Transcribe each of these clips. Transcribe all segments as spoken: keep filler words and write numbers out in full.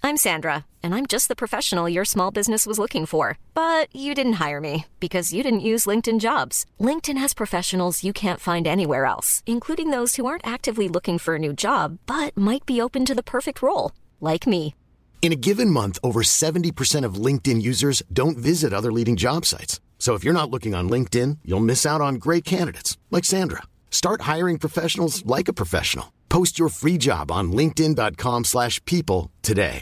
I'm Sandra, and I'm just the professional your small business was looking for. But you didn't hire me because you didn't use LinkedIn Jobs. LinkedIn has professionals you can't find anywhere else, including those who aren't actively looking for a new job, but might be open to the perfect role, like me. In a given month, over seventy percent of LinkedIn users don't visit other leading job sites. So if you're not looking on LinkedIn, you'll miss out on great candidates like Sandra. Start hiring professionals like a professional. Post your free job on linkedin.com slash people today.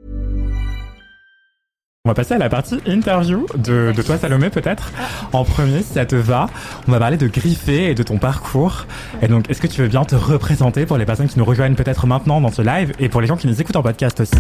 On va passer à la partie interview de, de toi, Salomé, peut-être. En premier, si ça te va, on va parler de Griffé et de ton parcours. Et donc, est-ce que tu veux bien te représenter pour les personnes qui nous rejoignent peut-être maintenant dans ce live et pour les gens qui nous écoutent en podcast aussi?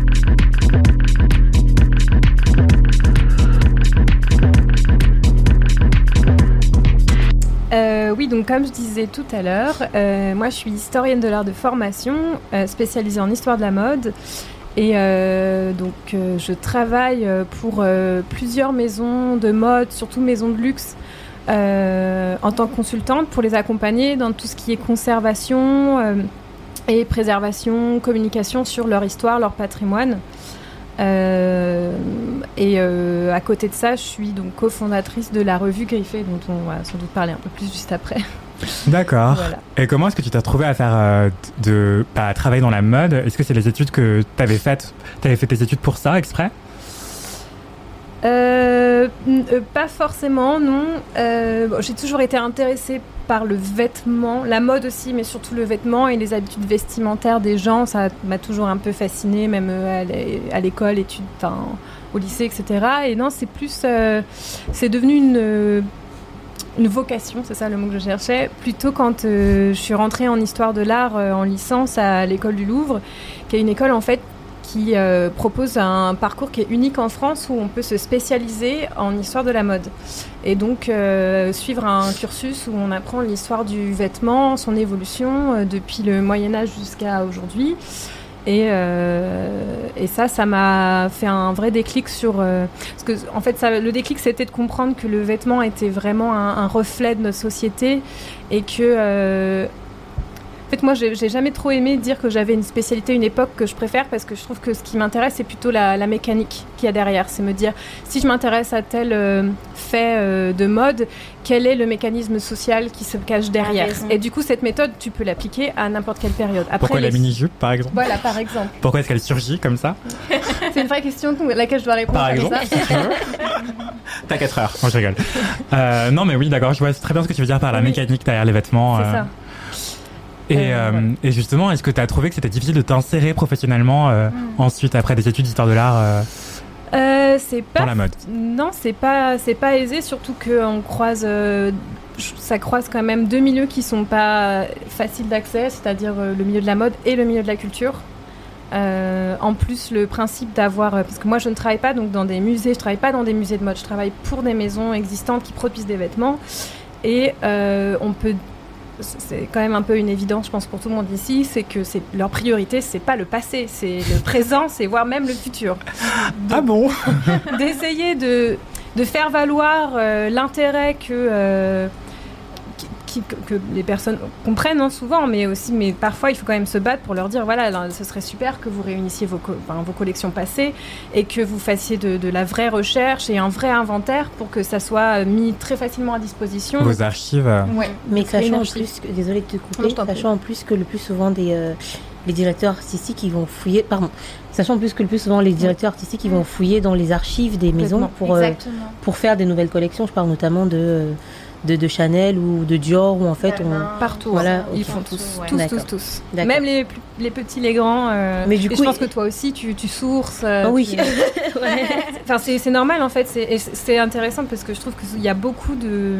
Euh, oui, donc comme je disais tout à l'heure, euh, moi je suis historienne de l'art de formation, euh, spécialisée en histoire de la mode. Et euh, donc euh, je travaille pour euh, plusieurs maisons de mode, surtout maisons de luxe, euh, en tant que consultante pour les accompagner dans tout ce qui est conservation euh, et préservation, communication sur leur histoire, leur patrimoine. Euh, et euh, à côté de ça, je suis donc cofondatrice de la revue Griffé, dont on va sans doute parler un peu plus juste après. D'accord. Voilà. Et comment est-ce que tu t'as trouvé à faire euh, de bah, travailler dans la mode? Est-ce que c'est les études que tu avais faites? Tu avais fait tes études pour ça, exprès? Euh, euh, pas forcément, non. Euh, bon, j'ai toujours été intéressée par le vêtement, la mode aussi, mais surtout le vêtement et les habitudes vestimentaires des gens. Ça m'a toujours un peu fascinée, même à l'école, études, enfin, au lycée, et cetera. Et non, c'est plus, euh, c'est devenu une une vocation, c'est ça le mot que je cherchais, plutôt quand euh, je suis rentrée en histoire de l'art euh, en licence à l'école du Louvre, qui est une école en fait qui euh, propose un parcours qui est unique en France où on peut se spécialiser en histoire de la mode. Et donc euh, suivre un cursus où on apprend l'histoire du vêtement, son évolution euh, depuis le Moyen-Âge jusqu'à aujourd'hui. Et, euh, et ça, ça m'a fait un vrai déclic sur... Euh, parce que, en fait, ça, le déclic, c'était de comprendre que le vêtement était vraiment un, un reflet de notre société et que... Euh, en fait, moi, j'ai, j'ai jamais trop aimé dire que j'avais une spécialité, une époque que je préfère, parce que je trouve que ce qui m'intéresse, c'est plutôt la, la mécanique qu'il y a derrière. C'est me dire, si je m'intéresse à tel euh, fait euh, de mode, quel est le mécanisme social qui se cache derrière? Et du coup, cette méthode, tu peux l'appliquer à n'importe quelle période. Après, Pourquoi les... la mini-jupe, par exemple? Voilà, par exemple. Pourquoi est-ce qu'elle surgit comme ça? C'est une vraie question à laquelle je dois répondre. Par exemple, ça. si tu veux. T'as quatre heures. Moi, je rigole. Euh, non, mais oui, d'accord, je vois très bien ce que tu veux dire par la oui. mécanique derrière les vêtements. C'est euh... ça. Et, euh, euh, ouais. et justement, est-ce que tu as trouvé que c'était difficile de t'insérer professionnellement euh, mm. ensuite, après des études d'histoire de l'art euh, euh, c'est pas dans la mode? Non, c'est pas, c'est pas aisé, surtout qu'on croise, euh, ça croise quand même deux milieux qui sont pas faciles d'accès, c'est-à-dire euh, le milieu de la mode et le milieu de la culture. Euh, en plus, le principe d'avoir... Parce que moi, je ne travaille pas donc, dans des musées, je travaille pas dans des musées de mode, je travaille pour des maisons existantes qui produisent des vêtements. Et euh, on peut... C'est quand même un peu une évidence, je pense, pour tout le monde ici, c'est que c'est, leur priorité, c'est pas le passé, c'est le présent, c'est voire même le futur. Donc, ah bon d'essayer de, de faire valoir euh, l'intérêt que... Euh, Qui, que les personnes comprennent hein, souvent, mais aussi, mais parfois il faut quand même se battre pour leur dire voilà, là, ce serait super que vous réunissiez vos, co- enfin, vos collections passées et que vous fassiez de, de la vraie recherche et un vrai inventaire pour que ça soit mis très facilement à disposition. Vos archives. Euh... Ouais, mais sachant en plus, que, désolée de te couper, non, sachant en plus que le plus souvent des euh, les directeurs artistiques ils vont fouiller, pardon, sachant en plus que le plus souvent les directeurs artistiques ils vont fouiller dans les archives des maisons pour euh, pour faire des nouvelles collections. Je parle notamment de euh, De, de Chanel ou de Dior où en fait on partout voilà ils okay. font tous ouais. tous, tous tous tous même les les petits les grands euh, mais du coup, et je pense que toi aussi tu tu sources euh, oh oui tu... ouais. Enfin c'est c'est normal en fait, c'est et c'est intéressant parce que je trouve que il y a beaucoup de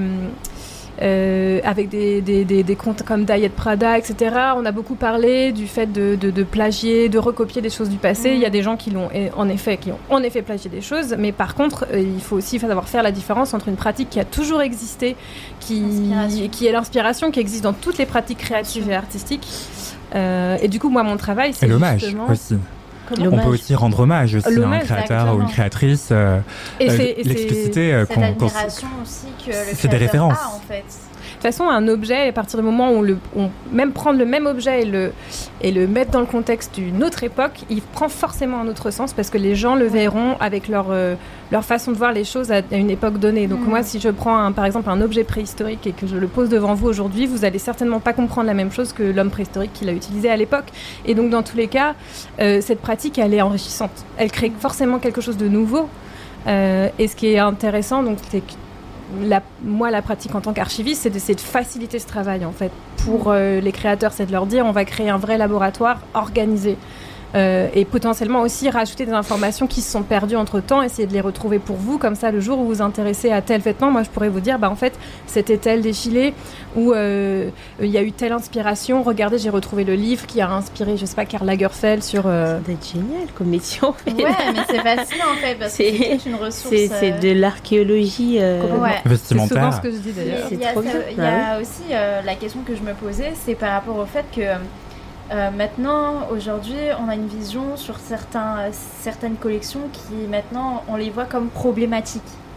Euh, avec des, des, des, des comptes comme Diet Prada, et cetera. On a beaucoup parlé du fait de, de, de plagier, de recopier des choses du passé. Mmh. Il y a des gens qui l'ont en effet, qui ont en effet plagié des choses, mais par contre, euh, il faut aussi savoir faire la différence entre une pratique qui a toujours existé, qui, qui est l'inspiration, qui existe dans toutes les pratiques créatives et artistiques. Euh, et du coup, moi, mon travail, c'est et l'hommage justement... aussi. L'hommage. On peut aussi rendre hommage aussi à un créateur exactement. Ou une créatrice. Euh, et euh, c'est, l'explicité. Euh, cette admiration aussi que le c'est des références. A, en fait. toute façon, un objet, à partir du moment où on, le, on même prendre le même objet et le, et le mettre dans le contexte d'une autre époque, il prend forcément un autre sens parce que les gens le verront avec leur, euh, leur façon de voir les choses à, à une époque donnée. Donc mmh. moi, si je prends un, par exemple un objet préhistorique et que je le pose devant vous aujourd'hui, vous allez certainement pas comprendre la même chose que l'homme préhistorique qui l'a utilisé à l'époque. Et donc dans tous les cas, euh, cette pratique, elle est enrichissante. Elle crée forcément quelque chose de nouveau. Euh, et ce qui est intéressant, donc, c'est que la, moi, la pratique en tant qu'archiviste, c'est d'essayer de faciliter ce travail, en fait. Pour euh, les créateurs, c'est de leur dire, on va créer un vrai laboratoire organisé. Euh, et potentiellement aussi rajouter des informations qui se sont perdues entre-temps, essayer de les retrouver pour vous. Comme ça, le jour où vous vous intéressez à tel vêtement, moi, je pourrais vous dire, bah, en fait, c'était tel défilé où il euh, y a eu telle inspiration. Regardez, j'ai retrouvé le livre qui a inspiré, je sais pas, Karl Lagerfeld sur... Euh... Ça doit être génial comme métier, en fait. Ouais, mais c'est fascinant, en fait, parce c'est, que c'est une ressource... C'est, c'est de l'archéologie euh... ouais. vestimentaire. C'est souvent ce que je dis, d'ailleurs. Il y a, il y a aussi euh, la question que je me posais, c'est par rapport au fait que... Euh, maintenant, aujourd'hui, on a une vision sur certains, euh, certaines collections qui, maintenant, on les voit comme problématiques.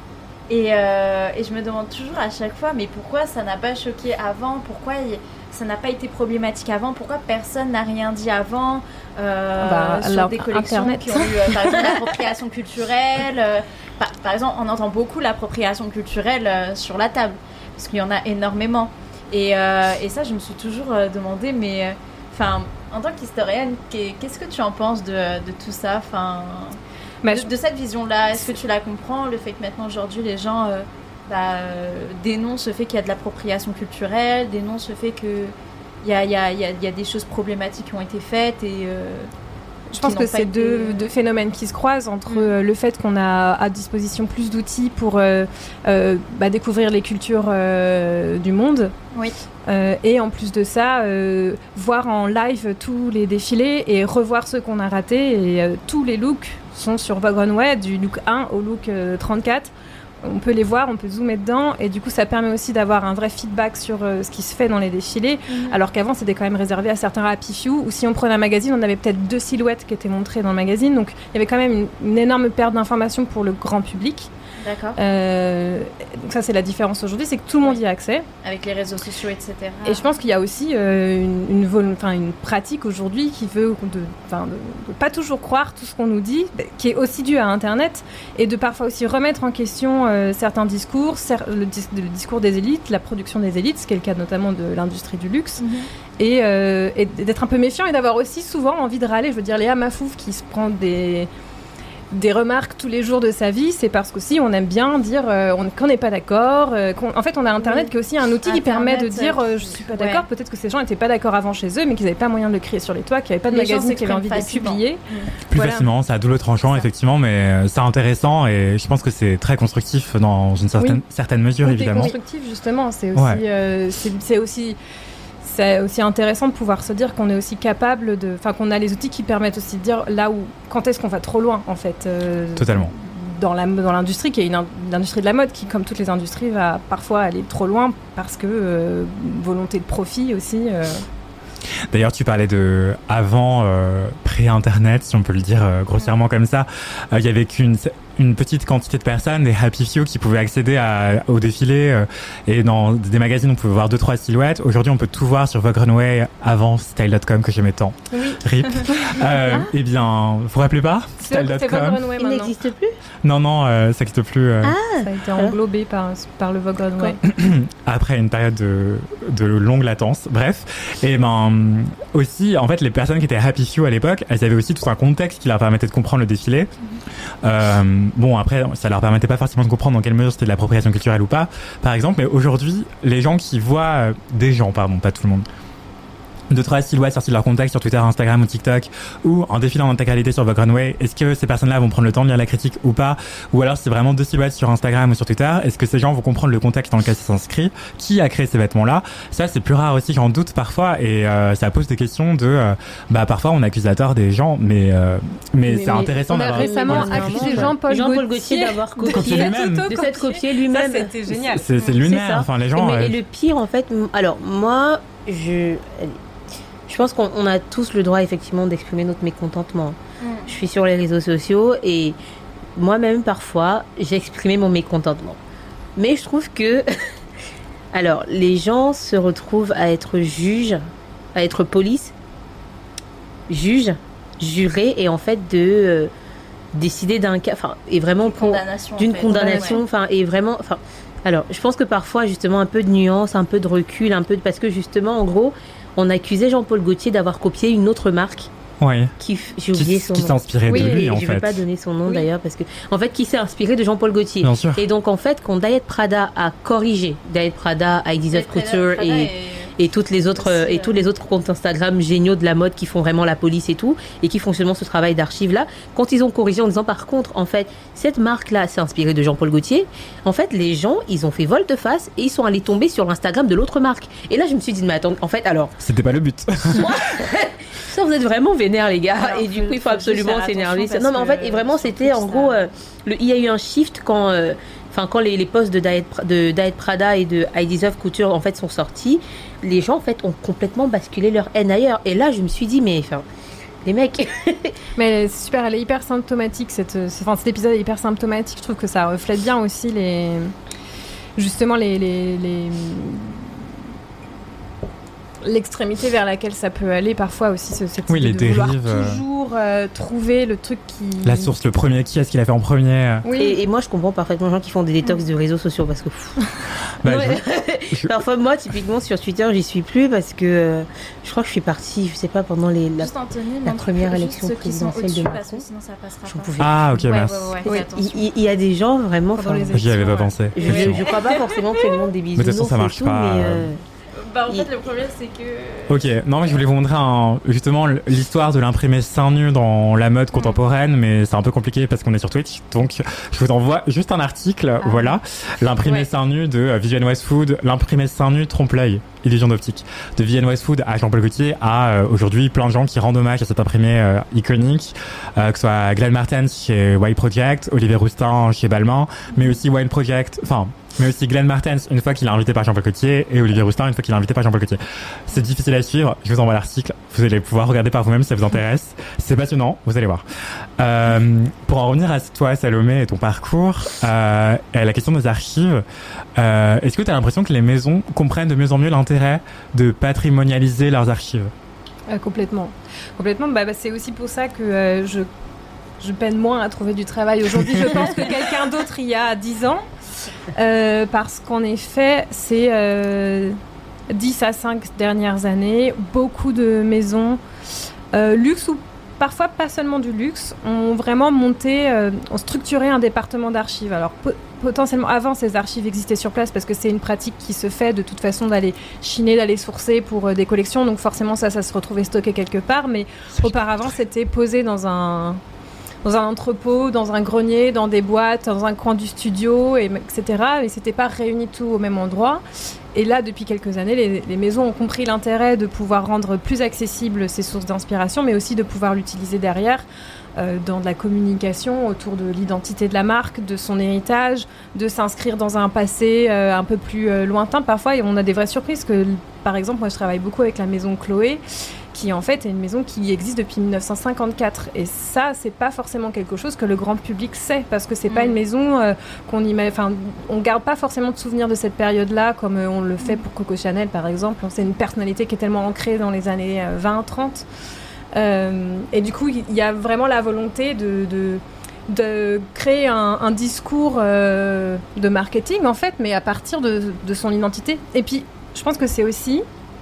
Et, euh, et je me demande toujours à chaque fois, mais pourquoi ça n'a pas choqué avant ? Pourquoi y, ça n'a pas été problématique avant ? Pourquoi personne n'a rien dit avant euh, bah, sur alors, des collections Internet. qui ont eu, euh, par exemple, l'appropriation culturelle euh, par, par exemple, on entend beaucoup l'appropriation culturelle euh, sur la table, parce qu'il y en a énormément. Et, euh, et ça, je me suis toujours euh, demandé, mais... Euh, Enfin, en tant qu'historienne, qu'est-ce que tu en penses de, de tout ça, enfin, de, de cette vision-là ? Est-ce que tu la comprends, le fait que maintenant, aujourd'hui, les gens euh, bah, euh, dénoncent le fait qu'il y a de l'appropriation culturelle, dénoncent le fait qu'il y a, y, a, y, a, y a des choses problématiques qui ont été faites et... Euh, Je pense que c'est été... deux, deux phénomènes qui se croisent entre mmh. euh, le fait qu'on a à disposition plus d'outils pour euh, euh, bah, découvrir les cultures euh, du monde. Oui. Euh, et en plus de ça, euh, voir en live tous les défilés et revoir ceux qu'on a ratés. Et euh, tous les looks sont sur Vogue Runway, du look un au look euh, trente-quatre. On peut les voir, on peut zoomer dedans et du coup ça permet aussi d'avoir un vrai feedback sur euh, ce qui se fait dans les défilés, mmh. alors qu'avant c'était quand même réservé à certains Happy Few, ou si on prenait un magazine, on avait peut-être deux silhouettes qui étaient montrées dans le magazine, donc il y avait quand même une, une énorme perte d'informations pour le grand public. D'accord. Euh, donc ça c'est la différence aujourd'hui, c'est que tout le monde y a accès. Avec les réseaux sociaux, et cetera. Et je pense qu'il y a aussi euh, une, une, vol- une pratique aujourd'hui qui veut de, de, de pas toujours croire tout ce qu'on nous dit, qui est aussi due à Internet, et de parfois aussi remettre en question euh, certains discours, cer- le, dis- le discours des élites, la production des élites, ce qui est le cas notamment de l'industrie du luxe. Mm-hmm. Et, euh, et d'être un peu méfiant et d'avoir aussi souvent envie de râler. Je veux dire, Léa Mafouf qui se prend des... des remarques tous les jours de sa vie, c'est parce qu'aussi on aime bien dire euh, on, qu'on n'est pas d'accord. Euh, en fait, on a Internet oui. qui est aussi un outil Internet, qui permet de dire euh, je suis pas d'accord. Ouais. Peut-être que ces gens n'étaient pas d'accord avant chez eux, mais qu'ils n'avaient pas moyen de le crier sur les toits, qu'il n'y avait pas de les magazine qui avait envie facilement. de les publier. Mmh. Plus voilà. facilement, c'est à double tranchant, effectivement, mais c'est intéressant et je pense que c'est très constructif dans une certaine, oui. certaine mesure, oui, évidemment. C'est constructif, justement. C'est aussi, ouais. euh, c'est, c'est aussi c'est aussi intéressant de pouvoir se dire qu'on est aussi capable de, enfin qu'on a les outils qui permettent aussi de dire là où, quand est-ce qu'on va trop loin en fait. Euh, Totalement. Dans, la, dans l'industrie qui est une, une industrie de la mode qui, comme toutes les industries, va parfois aller trop loin parce que euh, volonté de profit aussi. Euh... D'ailleurs, tu parlais de avant euh, pré-internet, si on peut le dire euh, grossièrement comme ça. Il euh, y avait qu'une une petite quantité de personnes, des Happy Few qui pouvaient accéder à, au défilé euh, et dans des magazines on pouvait voir deux trois silhouettes. Aujourd'hui on peut tout voir sur Vogue Runway, avant style point com que j'aimais tant. Oui. Rip. euh, ah. Eh bien, vous vous rappelez pas style point com. Il n'existe plus. Non non, euh, ça n'existe plus. Euh... Ah. Ça a été englobé par par le Vogue Runway. Après une période de de longue latence. Bref, et ben aussi en fait les personnes qui étaient Happy Few à l'époque, elles avaient aussi tout un contexte qui leur permettait de comprendre le défilé. Mm-hmm. Euh, Bon, après, ça leur permettait pas forcément de comprendre dans quelle mesure c'était de l'appropriation culturelle ou pas, par exemple. Mais aujourd'hui, les gens qui voient euh, des gens, pardon, pas tout le monde, deux trois silhouettes sorties de leur contexte sur Twitter, Instagram ou TikTok, ou en défilant en intégralité sur Vogue Runway, est-ce que ces personnes-là vont prendre le temps de lire la critique ou pas? Ou alors c'est vraiment deux silhouettes sur Instagram ou sur Twitter, est-ce que ces gens vont comprendre le contexte dans lequel ça s'inscrit? Qui a créé ces vêtements-là? Ça c'est plus rare aussi, j'en doute parfois, et euh, ça pose des questions de euh, bah parfois on accuse à tort des gens, mais euh, mais, mais c'est mais intéressant on a d'avoir récemment accusé Jean-Paul Jean-Paul Gaultier d'avoir copié lui-même, de s'être copié lui-même. Ça c'était génial. C'est, c'est lunaire, enfin les gens. Et, mais, euh... et le pire en fait, alors moi je Je pense qu'on on a tous le droit effectivement d'exprimer notre mécontentement. Mm. Je suis sur les réseaux sociaux et moi-même parfois j'ai exprimé mon mécontentement. Mais je trouve que Alors, les gens se retrouvent à être juges, à être police, juges, jurés, et en fait de euh, décider d'un cas, enfin, et vraiment pour, condamnation, d'une en fait. condamnation, enfin, ouais, ouais. et vraiment, enfin, alors, je pense que parfois, justement, un peu de nuance, un peu de recul, un peu de, parce que justement, en gros, on accusait Jean-Paul Gaultier d'avoir copié une autre marque. Oui. Qui, j'ai oublié qui, son qui nom. s'est inspiré oui, de lui, en je fait. Je ne vais pas donner son nom, oui. d'ailleurs, parce que, en fait, qui s'est inspiré de Jean-Paul Gaultier. Bien sûr. Et donc, en fait, quand Diet Prada a corrigé, Diet Prada, Heidi of Couture et, et, et toutes les autres, aussi, et euh... tous les autres comptes Instagram géniaux de la mode qui font vraiment la police et tout, et qui font seulement ce travail d'archive-là, quand ils ont corrigé en disant, par contre, en fait, cette marque-là s'est inspirée de Jean-Paul Gaultier, en fait, les gens, ils ont fait volte-face et ils sont allés tomber sur l'Instagram de l'autre marque. Et là, je me suis dit, mais attends, en fait, alors... C'était pas le but. Ça, vous êtes vraiment vénères, les gars. Alors, et du coup, il faut absolument s'énerver. Non, mais en fait, et vraiment, c'était en ça... gros, euh, le, il y a eu un shift quand, euh, enfin, quand les, les posts de Diet, de Diet Prada et de Heidi of Couture en fait sont sortis, les gens en fait ont complètement basculé leur haine ailleurs. Et là, je me suis dit, mais enfin, les mecs. Mais c'est super, elle est hyper symptomatique. Cette, enfin, cet épisode est hyper symptomatique. Je trouve que ça reflète bien aussi les, justement les, les, les... l'extrémité vers laquelle ça peut aller parfois aussi, ce, cette oui, idée les de dérives, vouloir toujours euh, trouver le truc qui... La source, le premier, qui est-ce qu'il a fait en premier. Oui. Et, et moi, je comprends parfaitement les gens qui font des détox mmh. de réseaux sociaux parce que... bah, ouais. je... je... Parfois, moi, typiquement, sur Twitter, j'y suis plus parce que euh, je crois que je suis partie, je sais pas, pendant les, la, Anthony, la première élection présidentielle de Macron. Sinon ça passera J'en pouvais ah, ok, ouais, merci. Ouais, ouais, ouais, ouais, il, il y a des gens vraiment... J'y avais pas pensé. Je, je, je crois pas forcément que le monde des bisounours. Mais de toute façon, ça marche tout, pas. Mais euh... Bah, en fait, le problème, c'est que... Ok, non, mais je voulais vous montrer un, justement l'histoire de l'imprimé seins nus dans la mode contemporaine, mmh. mais c'est un peu compliqué parce qu'on est sur Twitch, donc je vous envoie juste un article, ah. voilà. L'imprimé ouais. seins nus de Vivienne Westwood, l'imprimé seins nus trompe-l'œil, illusion d'optique, de Vivienne Westwood à Jean-Paul Gaultier, à euh, aujourd'hui plein de gens qui rendent hommage à cet imprimé euh, iconique, euh, que ce soit Glenn Martens chez Y Project, Olivier Roustin chez Balmain, mais aussi Wine Project, enfin... mais aussi Glenn Martens une fois qu'il est invité par Jean-Paul Gaultier et Olivier Roustin une fois qu'il est invité par Jean-Paul Gaultier. C'est difficile à suivre, je vous envoie l'article, vous allez pouvoir regarder par vous-même si ça vous intéresse. C'est passionnant, vous allez voir. Euh, pour en revenir à toi, Salomé, et ton parcours, euh, et la question des archives, euh, est-ce que tu as l'impression que les maisons comprennent de mieux en mieux l'intérêt de patrimonialiser leurs archives ? euh, Complètement. Complètement. Bah, bah, c'est aussi pour ça que euh, je, je peine moins à trouver du travail aujourd'hui, je pense, que quelqu'un d'autre il y a dix ans. Euh, parce qu'en effet, c'est euh, dix à cinq dernières années, beaucoup de maisons euh, luxe ou parfois pas seulement du luxe, ont vraiment monté, euh, ont structuré un département d'archives. Alors po- potentiellement, avant, ces archives existaient sur place parce que c'est une pratique qui se fait de toute façon d'aller chiner, d'aller sourcer pour euh, des collections. Donc forcément, ça, ça se retrouvait stocké quelque part. Mais auparavant, c'était posé dans un... dans un entrepôt, dans un grenier, dans des boîtes, dans un coin du studio, et, etc. Et c'était pas réuni tout au même endroit. Et là, depuis quelques années, les, les maisons ont compris l'intérêt de pouvoir rendre plus accessibles ces sources d'inspiration, mais aussi de pouvoir l'utiliser derrière euh, dans de la communication autour de l'identité de la marque, de son héritage, de s'inscrire dans un passé euh, un peu plus euh, lointain. Parfois, et on a des vraies surprises. Que, par exemple, moi, je travaille beaucoup avec la maison Chloé, qui en fait est une maison qui existe depuis dix-neuf cent cinquante-quatre. Et ça, c'est pas forcément quelque chose que le grand public sait, parce que c'est mmh. pas une maison euh, qu'on y met... Enfin, on garde pas forcément de souvenirs de cette période-là, comme euh, on le fait pour Coco Chanel, par exemple. C'est une personnalité qui est tellement ancrée dans les années euh, vingt trente. Euh, et du coup, il y a vraiment la volonté de... de de créer un, un discours euh, de marketing, en fait, mais à partir de, de son identité. Et puis, je pense que c'est aussi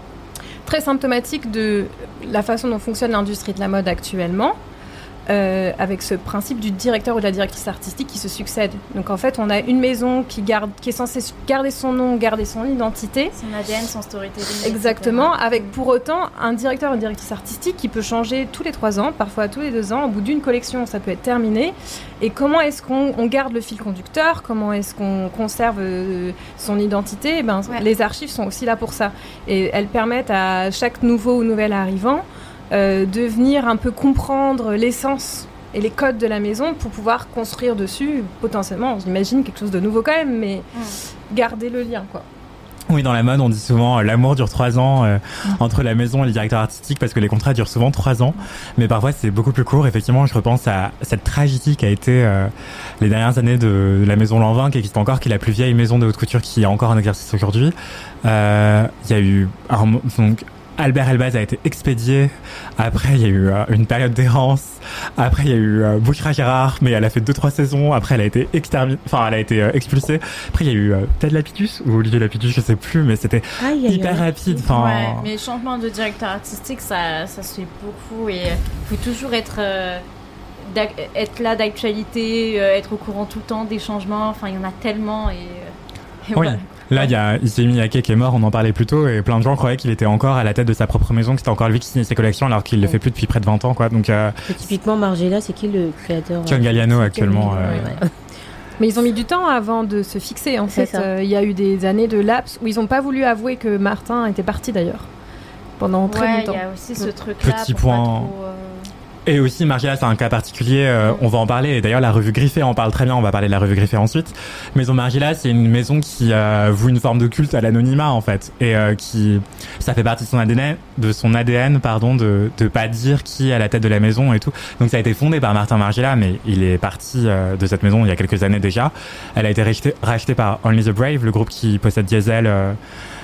très symptomatique de la façon dont fonctionne l'industrie de la mode actuellement, euh, avec ce principe du directeur ou de la directrice artistique qui se succèdent. Donc en fait, on a une maison qui, garde, qui est censée garder son nom, garder son identité. Son A D N, son storytelling. Exactement, et cetera. Avec pour autant un directeur ou une directrice artistique qui peut changer tous les trois ans, parfois tous les deux ans. Au bout d'une collection, ça peut être terminé. Et comment est-ce qu'on on garde le fil conducteur ? Comment est-ce qu'on conserve euh, son identité ? Eh ben, ouais. Les archives sont aussi là pour ça. Et elles permettent à chaque nouveau ou nouvel arrivant Euh, de venir un peu comprendre l'essence et les codes de la maison pour pouvoir construire dessus, potentiellement, j'imagine, quelque chose de nouveau quand même, mais mmh. garder le lien, quoi. Oui, dans la mode, on dit souvent euh, l'amour dure trois ans euh, entre la maison et le directeur artistique parce que les contrats durent souvent trois ans. Mais parfois, c'est beaucoup plus court. Effectivement, je repense à cette tragédie qui a été euh, les dernières années de, de la maison Lanvin, qui existe encore, qui est la plus vieille maison de haute couture qui est encore en exercice aujourd'hui. Euh, il y a eu... Alors, donc, Albert Elbaz a été expédié. Après, il y a eu euh, une période d'errance. Après, il y a eu euh, Bouchra Gérard, mais elle a fait deux trois saisons. Après, elle a été exterminée. Enfin, elle a été euh, expulsée. Après, il y a eu euh, peut-être Lapidus ou Olivier Lapidus, je sais plus, mais c'était aïe, aïe, hyper aïe. rapide. Enfin, ouais, mais changement de directeur artistique, ça, ça se fait beaucoup et il faut toujours être euh, être là d'actualité, euh, être au courant tout le temps des changements. Enfin, il y en a tellement et, et oui. voilà. Là, il y a Issey Miyake qui est mort, on en parlait plus tôt, et plein de gens croyaient qu'il était encore à la tête de sa propre maison, que c'était encore lui qui signait ses collections, alors qu'il ouais. le fait plus depuis près de vingt ans, quoi. Donc, euh... typiquement, Margiela, c'est qui le créateur? John Galliano, actuellement. Euh... Ouais, ouais. Mais ils ont mis du temps avant de se fixer, en fait. Euh, il y a eu des années de laps où ils n'ont pas voulu avouer que Martin était parti, d'ailleurs, pendant très ouais, longtemps. Il y a aussi ce truc-là. Petit point. Trop, euh... Et aussi, Margiela, c'est un cas particulier, euh, on va en parler, et d'ailleurs la revue Griffée en parle très bien, on va parler de la revue Griffée ensuite. Maison Margiela, c'est une maison qui euh, voue une forme de culte à l'anonymat, en fait, et euh, qui, ça fait partie de son A D N, de son A D N, pardon, de de pas dire qui est à la tête de la maison et tout. Donc ça a été fondé par Martin Margiela, mais il est parti euh, de cette maison il y a quelques années déjà. Elle a été rachetée, rachetée par Only the Brave, le groupe qui possède Diesel euh,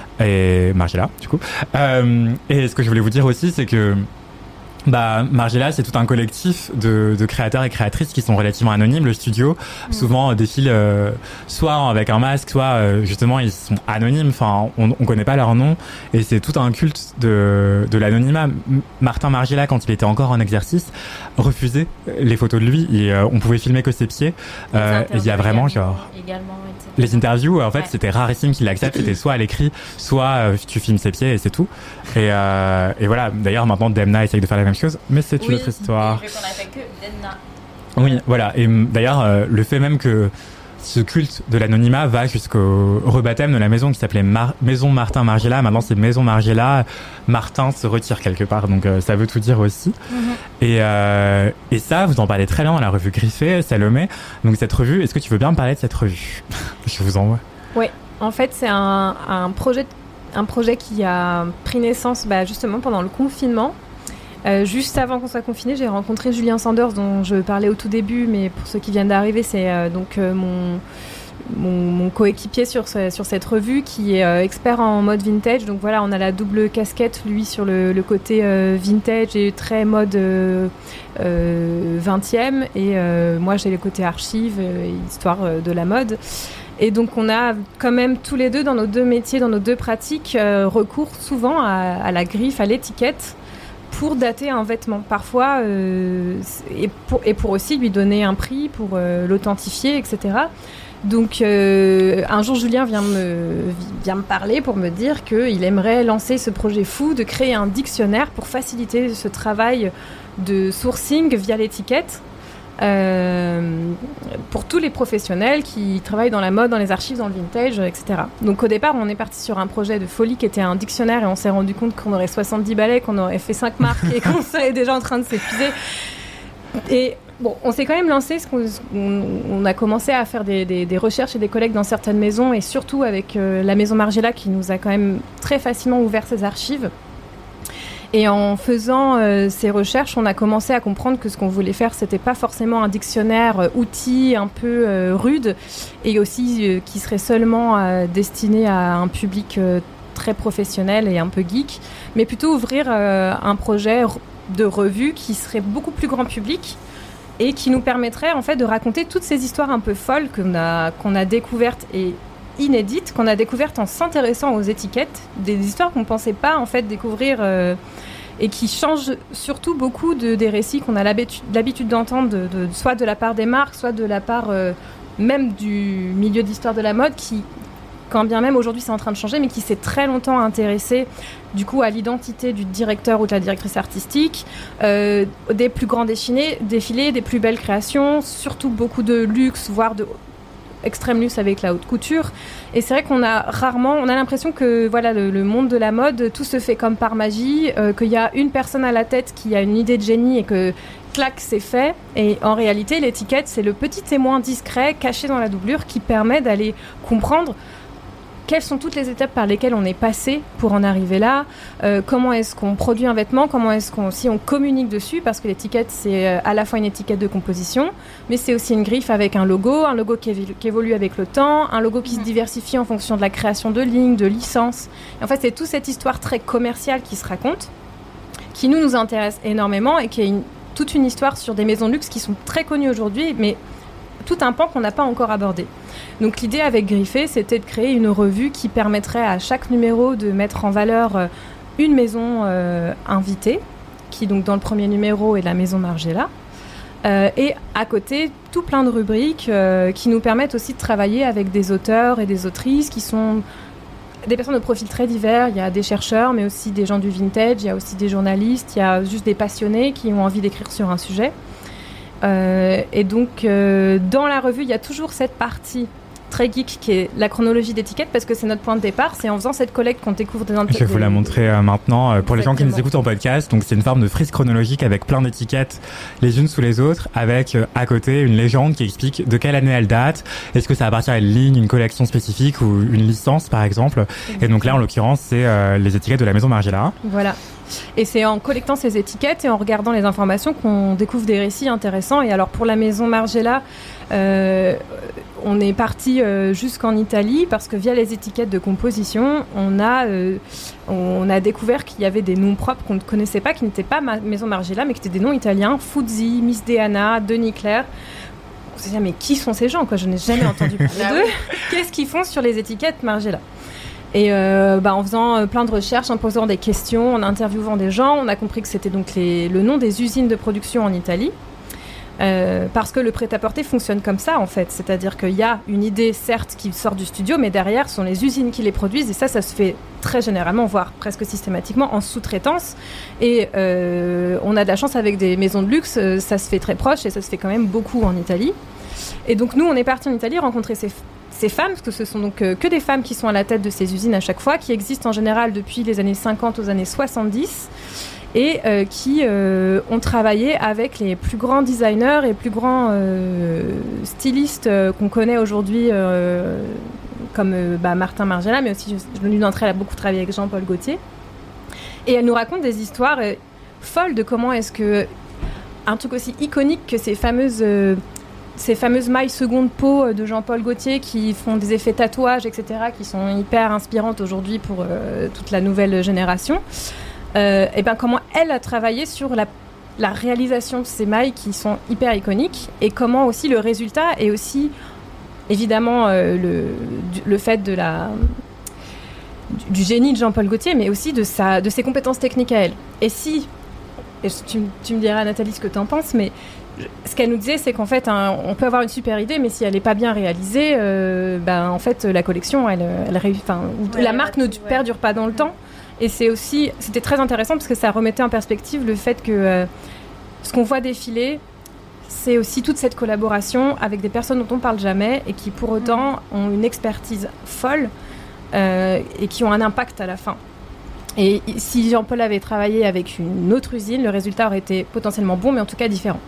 et Margiela, du coup. Euh, et ce que je voulais vous dire aussi, c'est que Bah, Margiela, c'est tout un collectif de, de créateurs et créatrices qui sont relativement anonymes. Le studio, mmh. souvent, euh, défile euh, soit avec un masque, soit euh, justement, ils sont anonymes. Enfin, on, on connaît pas leur nom. Et c'est tout un culte de, de l'anonymat. Martin Margiela, quand il était encore en exercice, refusait les photos de lui. Et euh, on pouvait filmer que ses pieds. Euh, et il y a vraiment, genre... Également, les interviews, en fait, ouais. c'était rarissime qu'il l'accepte. C'était soit à l'écrit, soit euh, tu filmes ses pieds et c'est tout. Et, euh, et voilà. D'ailleurs, maintenant, Demna essaye de faire la même chose, mais c'est une oui, autre histoire. Oui, qu'on a fait que Demna. Oui, voilà. Et d'ailleurs, euh, le fait même que ce culte de l'anonymat va jusqu'au rebaptême de la maison qui s'appelait Mar- Maison Martin Margiela. Maintenant, c'est Maison Margiela. Martin se retire quelque part, donc euh, ça veut tout dire aussi. Mm-hmm. Et, euh, et ça, vous en parlez très bien dans la revue Griffée, Salomé. Donc cette revue, est-ce que tu veux bien me parler de cette revue? Je vous envoie. Oui, en fait, c'est un, un, projet, un projet qui a pris naissance bah, justement pendant le confinement. Euh, juste avant qu'on soit confiné, j'ai rencontré Julien Sanders, dont je parlais au tout début, mais pour ceux qui viennent d'arriver, c'est euh, donc euh, mon, mon, mon coéquipier sur, ce, sur cette revue, qui est euh, expert en mode vintage. Donc voilà, on a la double casquette, lui sur le, le côté euh, vintage et très mode euh, euh, vingtième, et euh, moi j'ai le côté archive, euh, histoire euh, de la mode. Et donc on a quand même tous les deux, dans nos deux métiers, dans nos deux pratiques, euh, recours souvent à, à la griffe, à l'étiquette, pour dater un vêtement, parfois, euh, et, pour, et pour aussi lui donner un prix, pour euh, l'authentifier, et cetera. Donc, euh, un jour, Julien vient me, vient me parler pour me dire qu'il aimerait lancer ce projet fou de créer un dictionnaire pour faciliter ce travail de sourcing via l'étiquette. Euh, pour tous les professionnels qui travaillent dans la mode, dans les archives, dans le vintage, et cetera. Donc au départ, on est parti sur un projet de folie qui était un dictionnaire et on s'est rendu compte qu'on aurait soixante-dix balais, qu'on aurait fait cinq marques et qu'on serait déjà en train de s'épuiser. Et bon, on s'est quand même lancé, parce qu'on on a commencé à faire des, des, des recherches et des collègues dans certaines maisons, et surtout avec euh, la maison Margiela qui nous a quand même très facilement ouvert ses archives. Et en faisant euh, ces recherches, on a commencé à comprendre que ce qu'on voulait faire, c'était pas forcément un dictionnaire euh, outil un peu euh, rude, et aussi euh, qui serait seulement euh, destiné à un public euh, très professionnel et un peu geek, mais plutôt ouvrir euh, un projet de revue qui serait beaucoup plus grand public et qui nous permettrait en fait de raconter toutes ces histoires un peu folles qu'on a, qu'on a découvertes et inédites, qu'on a découvertes en s'intéressant aux étiquettes, des histoires qu'on ne pensait pas en fait découvrir euh, et qui changent surtout beaucoup de, des récits qu'on a l'habitude, l'habitude d'entendre, de, de, soit de la part des marques, soit de la part euh, même du milieu d'histoire de la mode, qui, quand bien même aujourd'hui c'est en train de changer, mais qui s'est très longtemps intéressé du coup à l'identité du directeur ou de la directrice artistique, euh, des plus grands défilés, défilés, des plus belles créations, surtout beaucoup de luxe, voire de extrême luxe avec la haute couture. Et c'est vrai qu'on a rarement, on a l'impression que voilà, le, le monde de la mode, tout se fait comme par magie, euh, qu'il y a une personne à la tête qui a une idée de génie et que clac, c'est fait. Et en réalité, l'étiquette, c'est le petit témoin discret caché dans la doublure qui permet d'aller comprendre quelles sont toutes les étapes par lesquelles on est passé pour en arriver là, euh, comment est-ce qu'on produit un vêtement, comment est-ce qu'on aussi on communique dessus, parce que l'étiquette c'est à la fois une étiquette de composition, mais c'est aussi une griffe avec un logo, un logo qui, évi- qui évolue avec le temps, un logo qui mmh. se diversifie en fonction de la création de lignes, de licences. Et en fait, c'est toute cette histoire très commerciale qui se raconte, qui nous nous intéresse énormément et qui est une, toute une histoire sur des maisons de luxe qui sont très connues aujourd'hui, mais tout un pan qu'on n'a pas encore abordé. Donc l'idée avec Griffé, c'était de créer une revue qui permettrait à chaque numéro de mettre en valeur euh, une maison euh, invitée, qui donc dans le premier numéro est la maison Margiela, euh, et à côté tout plein de rubriques euh, qui nous permettent aussi de travailler avec des auteurs et des autrices qui sont des personnes de profils très divers. Il y a des chercheurs, mais aussi des gens du vintage, il y a aussi des journalistes, il y a juste des passionnés qui ont envie d'écrire sur un sujet. Euh, et donc, euh, dans la revue, il y a toujours cette partie très geek qui est la chronologie d'étiquettes, parce que c'est notre point de départ. C'est en faisant cette collecte qu'on découvre des Je vais vous la montrer euh, maintenant euh, pour les gens qui nous écoutent en podcast. Donc, c'est une forme de frise chronologique avec plein d'étiquettes les unes sous les autres, avec euh, à côté une légende qui explique de quelle année elle date. Est-ce que ça appartient à une ligne, une collection spécifique ou une licence, par exemple. Et donc là, en l'occurrence, c'est euh, les étiquettes de la maison Margiela. Voilà. Et c'est en collectant ces étiquettes et en regardant les informations qu'on découvre des récits intéressants. Et alors pour la maison Margiela, euh, on est parti euh, jusqu'en Italie parce que via les étiquettes de composition, on a, euh, on a découvert qu'il y avait des noms propres qu'on ne connaissait pas, qui n'étaient pas ma- maison Margiela, mais qui étaient des noms italiens. Fuzzi, Miss Deana, Denis Claire. On s'est dit, mais qui sont ces gens, quoi ? Je n'ai jamais entendu parler d'eux. Qu'est-ce qu'ils font sur les étiquettes Margiela ? Et euh, bah, en faisant euh, plein de recherches, en posant des questions, en interviewant des gens, on a compris que c'était donc les, le nom des usines de production en Italie. Euh, parce que le prêt-à-porter fonctionne comme ça, en fait. C'est-à-dire qu'il y a une idée, certes, qui sort du studio, mais derrière, ce sont les usines qui les produisent. Et ça, ça se fait très généralement, voire presque systématiquement, en sous-traitance. Et euh, on a de la chance avec des maisons de luxe, euh, ça se fait très proche et ça se fait quand même beaucoup en Italie. Et donc, nous, on est partis en Italie rencontrer ces ces femmes, parce que ce sont donc euh, que des femmes qui sont à la tête de ces usines à chaque fois, qui existent en général depuis les années cinquante aux années soixante-dix, et euh, qui euh, ont travaillé avec les plus grands designers et plus grands euh, stylistes euh, qu'on connaît aujourd'hui, euh, comme euh, bah, Martin Margiela, mais aussi l'une d'entre elles a beaucoup travaillé avec Jean-Paul Gaultier. Et elle nous raconte des histoires euh, folles de comment est-ce que un truc aussi iconique que ces fameuses... Euh, ces fameuses mailles seconde peau de Jean-Paul Gaultier qui font des effets tatouages, et cetera, qui sont hyper inspirantes aujourd'hui pour euh, toute la nouvelle génération. Euh, et ben comment elle a travaillé sur la, la réalisation de ces mailles qui sont hyper iconiques, et comment aussi le résultat est aussi évidemment euh, le, du, le fait de la, du, du génie de Jean-Paul Gaultier, mais aussi de, sa, de ses compétences techniques à elle. Et si, et tu, tu me diras Nathalie ce que tu en penses, mais ce qu'elle nous disait, c'est qu'en fait, un, on peut avoir une super idée, mais si elle n'est pas bien réalisée, euh, ben, en fait, la collection, elle, elle, elle, ouais, la marque ne ouais. perdure pas dans le temps. Et c'est aussi, c'était très intéressant parce que ça remettait en perspective le fait que euh, ce qu'on voit défiler, c'est aussi toute cette collaboration avec des personnes dont on ne parle jamais et qui, pour autant, ont une expertise folle euh, et qui ont un impact à la fin. Et si Jean-Paul avait travaillé avec une autre usine, le résultat aurait été potentiellement bon, mais en tout cas différent.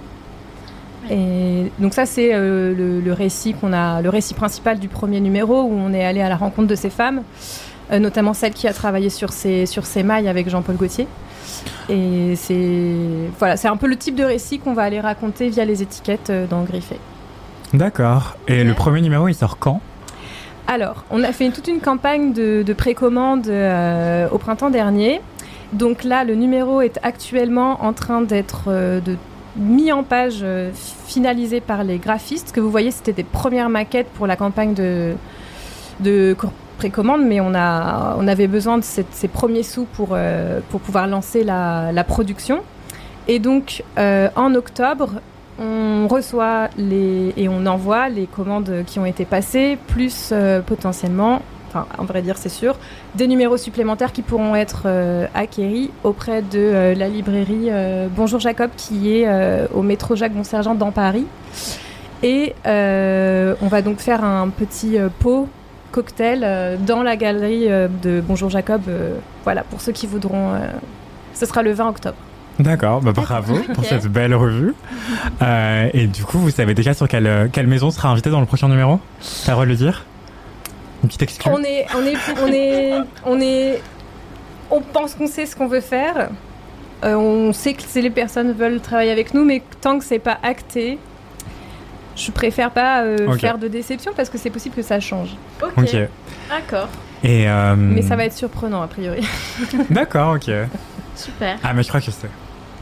Et donc ça, c'est euh, le, le récit qu'on a, le récit principal du premier numéro, où on est allé à la rencontre de ces femmes, euh, notamment celle qui a travaillé sur ces, sur ces mailles avec Jean-Paul Gaultier. Et c'est, voilà, c'est un peu le type de récit qu'on va aller raconter via les étiquettes euh, dans Griffé. D'accord. Et ouais. Le premier numéro, il sort quand ? Alors, on a fait toute une campagne de, de précommande euh, au printemps dernier. Donc là, le numéro est actuellement en train d'être euh, de mis en page, euh, finalisé par les graphistes. Ce que vous voyez, c'était des premières maquettes pour la campagne de, de précommande, mais on, a, on avait besoin de cette, ces premiers sous pour, euh, pour pouvoir lancer la, la production. Et donc, euh, en octobre, on reçoit les, et on envoie les commandes qui ont été passées, plus euh, potentiellement, enfin, en vrai dire, c'est sûr, des numéros supplémentaires qui pourront être euh, acquéris auprès de euh, la librairie euh, Bonjour Jacob, qui est euh, au métro Jacques Bonsergent dans Paris. Et euh, on va donc faire un petit euh, pot cocktail euh, dans la galerie euh, de Bonjour Jacob. Euh, voilà, pour ceux qui voudront. Euh, ce sera le vingt octobre. D'accord, bah bravo okay. pour cette belle revue. Euh, et du coup, vous savez déjà sur quelle, quelle maison sera invitée dans le prochain numéro ? T'as le droit de le dire ? Une petite excuse. On est, on est, on est, on est, on pense qu'on sait ce qu'on veut faire. Euh, on sait que les personnes veulent travailler avec nous, mais tant que c'est pas acté, je préfère pas euh, okay. faire de déception parce que c'est possible que ça change. Ok. okay. D'accord. Et euh... Mais ça va être surprenant a priori. D'accord, ok. Super. Ah, mais je crois que je sais.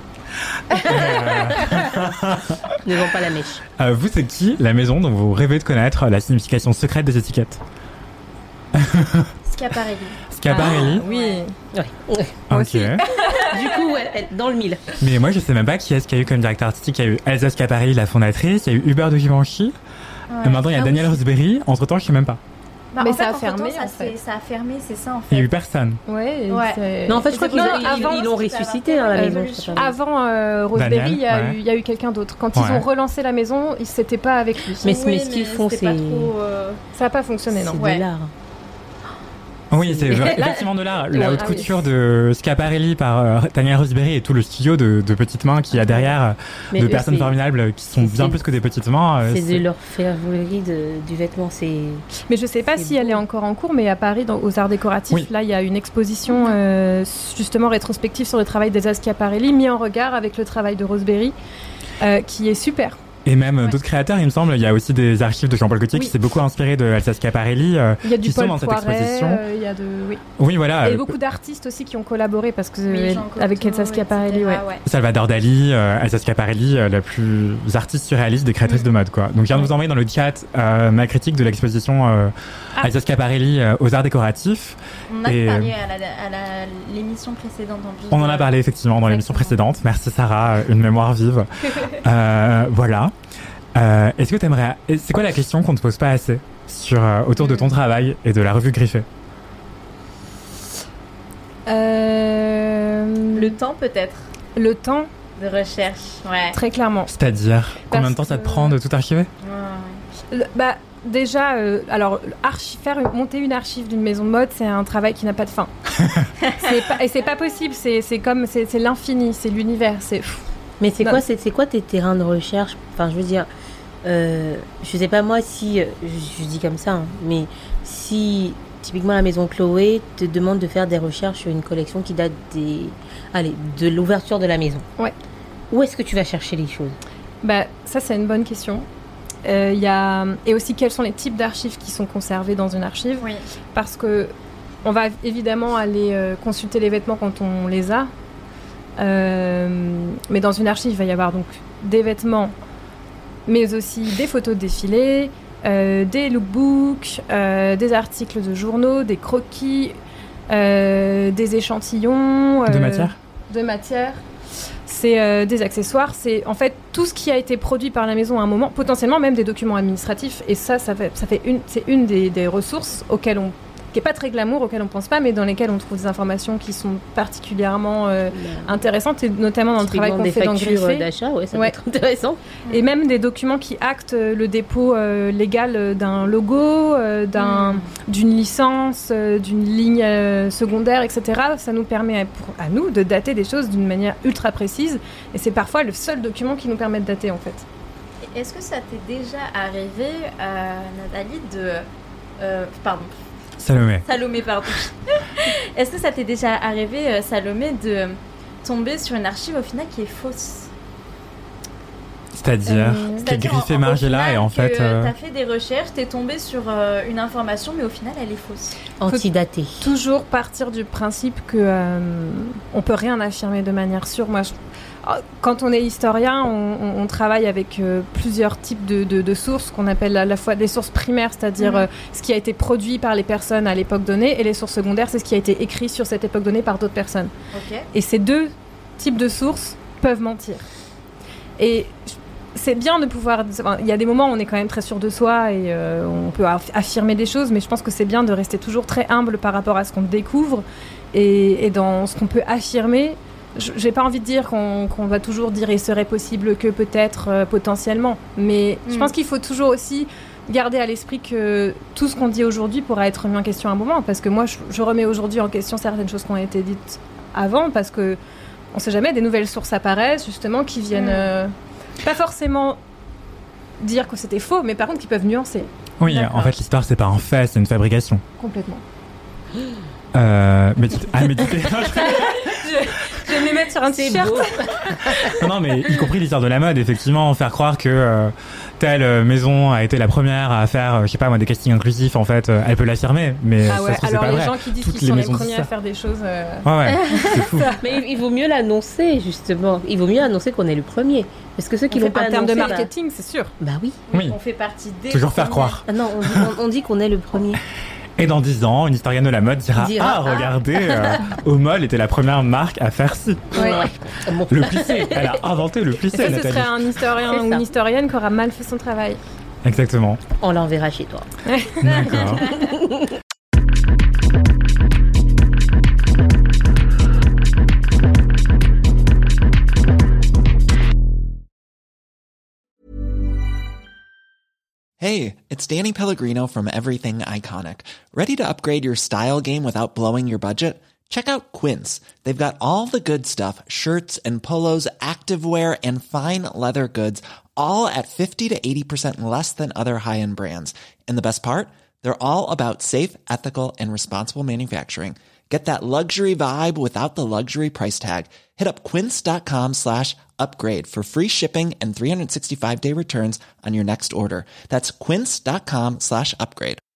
Ne vends pas la mèche. Euh, vous, c'est qui la maison dont vous rêvez de connaître la signification secrète des étiquettes? Schiaparelli. Schiaparelli. Ah, oui. Ouais. ouais. Ok. Aussi. Du coup, ouais, elle, dans le mille. Mais moi, je sais même pas qui est-ce qu'il y a eu comme directeur artistique. Il y a eu Elsa Schiaparelli, la fondatrice. Il y a eu Hubert de Givenchy. Ouais. Et maintenant, il y a ah, Daniel oui. Rosberry. Entre temps, je sais même pas. Bah, mais en ça fait, a fermé, ça, en fait. ça a fermé, c'est ça en fait. Il n'y a eu personne. Ouais. ouais. Non, en fait, je crois qu'ils avant, ils l'ont ressuscité dans la maison. Avant euh, Rosberry, Daniel, il y a ouais. eu, il y a eu quelqu'un d'autre. Quand ouais. ils ont relancé la maison, ils s'étaient pas avec lui. Mais, oui, mais ce qu'ils font, c'est. Trop, euh... Ça n'a pas fonctionné, non. C'est ouais. de l'art. Oui, c'est effectivement de l'art. La haute couture de Schiaparelli par euh, Daniel Rosberry et tout le studio de, de petites mains qu'il y a derrière, mais de eux, personnes formidables qui sont bien plus que des petites mains. C'est, c'est de l'orfèvrerie du vêtement. C'est... Mais je sais pas si beau. Elle est encore en cours, mais à Paris, dans, aux Arts Décoratifs, oui. là, il y a une exposition euh, justement rétrospective sur le travail d'Elsa Schiaparelli, mis en regard avec le travail de Rosberry, euh, qui est super. Et même ouais. d'autres créateurs, il me semble. Il y a aussi des archives de Jean-Paul Gaultier oui. qui s'est beaucoup inspiré de Elsa Schiaparelli. Euh, il y a du qui Paul sont dans cette Poiret, exposition. Euh, il y a de, oui. oui, voilà. Et euh, beaucoup d'artistes aussi qui ont collaboré parce que oui, euh, avec Elsa Schiaparelli, ouais. ouais. Salvador Dali, euh, Elsa Schiaparelli, euh, la plus artiste surréaliste des créatrices mmh. de mode, quoi. Donc, je viens de vous envoyer dans le chat euh, ma critique de l'exposition euh, ah. Elsa Schiaparelli euh, aux Arts Décoratifs. On a et, parlé à, la, à la, l'émission précédente en plus. On en a parlé effectivement dans Exactement. l'émission précédente. Merci Sarah, une mémoire vive. euh, voilà. Euh, est-ce que t'aimerais... C'est quoi la question qu'on ne te pose pas assez sur, euh, autour de ton travail et de la revue Griffée? euh... Le temps peut-être. Le temps de recherche, ouais. Très clairement. C'est-à-dire combien Parce de temps ça te que... prend de tout archiver? ouais. Le, bah déjà, euh, alors archi- faire monter une archive d'une maison de mode, c'est un travail qui n'a pas de fin. c'est pas, et c'est pas possible. C'est, c'est comme c'est, c'est l'infini, c'est l'univers. C'est. Mais c'est non. quoi, c'est, c'est quoi tes terrains de recherche? Enfin, je veux dire, euh, je sais pas moi si, je, je dis comme ça, hein, mais si typiquement la maison Chloé te demande de faire des recherches sur une collection qui date des, allez, de l'ouverture de la maison. Ouais. Où est-ce que tu vas chercher les choses? Bah, ça c'est une bonne question. Euh, y a... Et aussi quels sont les types d'archives qui sont conservés dans une archive. Oui. Parce que on va évidemment aller euh, consulter les vêtements quand on les a. Euh, mais dans une archive, il va y avoir donc des vêtements, mais aussi des photos de défilés, euh, des lookbooks, euh, des articles de journaux, des croquis, euh, des échantillons. Euh, de matière De matière. C'est euh, des accessoires. C'est en fait tout ce qui a été produit par la maison à un moment, potentiellement même des documents administratifs. Et ça, ça fait, ça fait une, c'est une des, des ressources auxquelles on qui n'est pas très glamour, auquel on ne pense pas, mais dans lesquelles on trouve des informations qui sont particulièrement euh, intéressantes, et notamment dans le travail qu'on fait dans Griffée. Des factures d'achat, ouais, ça ouais. peut être intéressant. Et même des documents qui actent le dépôt euh, légal d'un logo, euh, d'un, mm. d'une licence, euh, d'une ligne euh, secondaire, et cetera. Ça nous permet, à, pour, à nous, de dater des choses d'une manière ultra précise, et c'est parfois le seul document qui nous permet de dater, en fait. Est-ce que ça t'est déjà arrivé, euh, Nathalie, de... Euh, pardon. Salomé. Salomé, pardon. Est-ce que ça t'est déjà arrivé, Salomé, de tomber sur une archive au final qui est fausse? C'est-à-dire euh, qui est griffée Margiela et en fait... Euh... T'as fait des recherches, t'es tombé sur euh, une information, mais au final, elle est fausse. Antidatée. Toujours partir du principe que euh, on peut rien affirmer de manière sûre. Moi, je... Quand on est historien, on, on travaille avec euh, plusieurs types de, de, de sources qu'on appelle à la fois des sources primaires, c'est-à-dire mmh. euh, ce qui a été produit par les personnes à l'époque donnée, et les sources secondaires, c'est ce qui a été écrit sur cette époque donnée par d'autres personnes. Okay. Et ces deux types de sources peuvent mentir. Et c'est bien de pouvoir... Enfin, il y a des moments où on est quand même très sûr de soi et euh, on peut aff- affirmer des choses, mais je pense que c'est bien de rester toujours très humble par rapport à ce qu'on découvre et, et dans ce qu'on peut affirmer. J'ai pas envie de dire qu'on, qu'on va toujours dire il serait possible que peut-être euh, potentiellement, mais mm. je pense qu'il faut toujours aussi garder à l'esprit que tout ce qu'on dit aujourd'hui pourra être remis en question à un moment, parce que moi je, je remets aujourd'hui en question certaines choses qui ont été dites avant, parce que on sait jamais, des nouvelles sources apparaissent justement qui viennent mm. euh, pas forcément dire que c'était faux, mais par contre qui peuvent nuancer. Oui, D'accord. En fait, l'histoire, c'est pas un fait, c'est une fabrication. Complètement. Euh, mais, ah, mais je, je vais me mettre sur un t-shirt. non, non, mais y compris l'histoire de la mode, effectivement, faire croire que euh, telle maison a été la première à faire, euh, je sais pas moi, des castings inclusifs, en fait, euh, elle peut l'affirmer, mais ah ouais, ça se trouve, alors c'est pas les vrai. gens qui disent Toutes qu'ils les sont les premiers à faire des choses. Euh... Ouais, ouais, c'est fou. Mais il vaut mieux l'annoncer, justement. Il vaut mieux annoncer qu'on est le premier. Parce que ceux qui l'ont pas annoncé... En termes de marketing, bah... c'est sûr. Bah oui. oui. On fait partie des... Toujours faire croire. Ah non, on dit, on, on dit qu'on est le premier. Et dans dix ans, une historienne de la mode dira, dira ah, regardez, euh, Omol était la première marque à faire ci. Ouais. Le plissé, elle a inventé le plissé, ça, Nathalie. Ce serait un historien ou une historienne qui aura mal fait son travail. Exactement. On l'enverra chez toi. D'accord. Hey, it's Danny Pellegrino from Everything Iconic. Ready to upgrade your style game without blowing your budget? Check out Quince. They've got all the good stuff, shirts and polos, activewear, and fine leather goods, all at fifty to eighty percent less than other high-end brands. And the best part? They're all about safe, ethical, and responsible manufacturing. Get that luxury vibe without the luxury price tag. Hit up quince.com slash upgrade for free shipping and three sixty-five day returns on your next order. That's quince.com slash upgrade.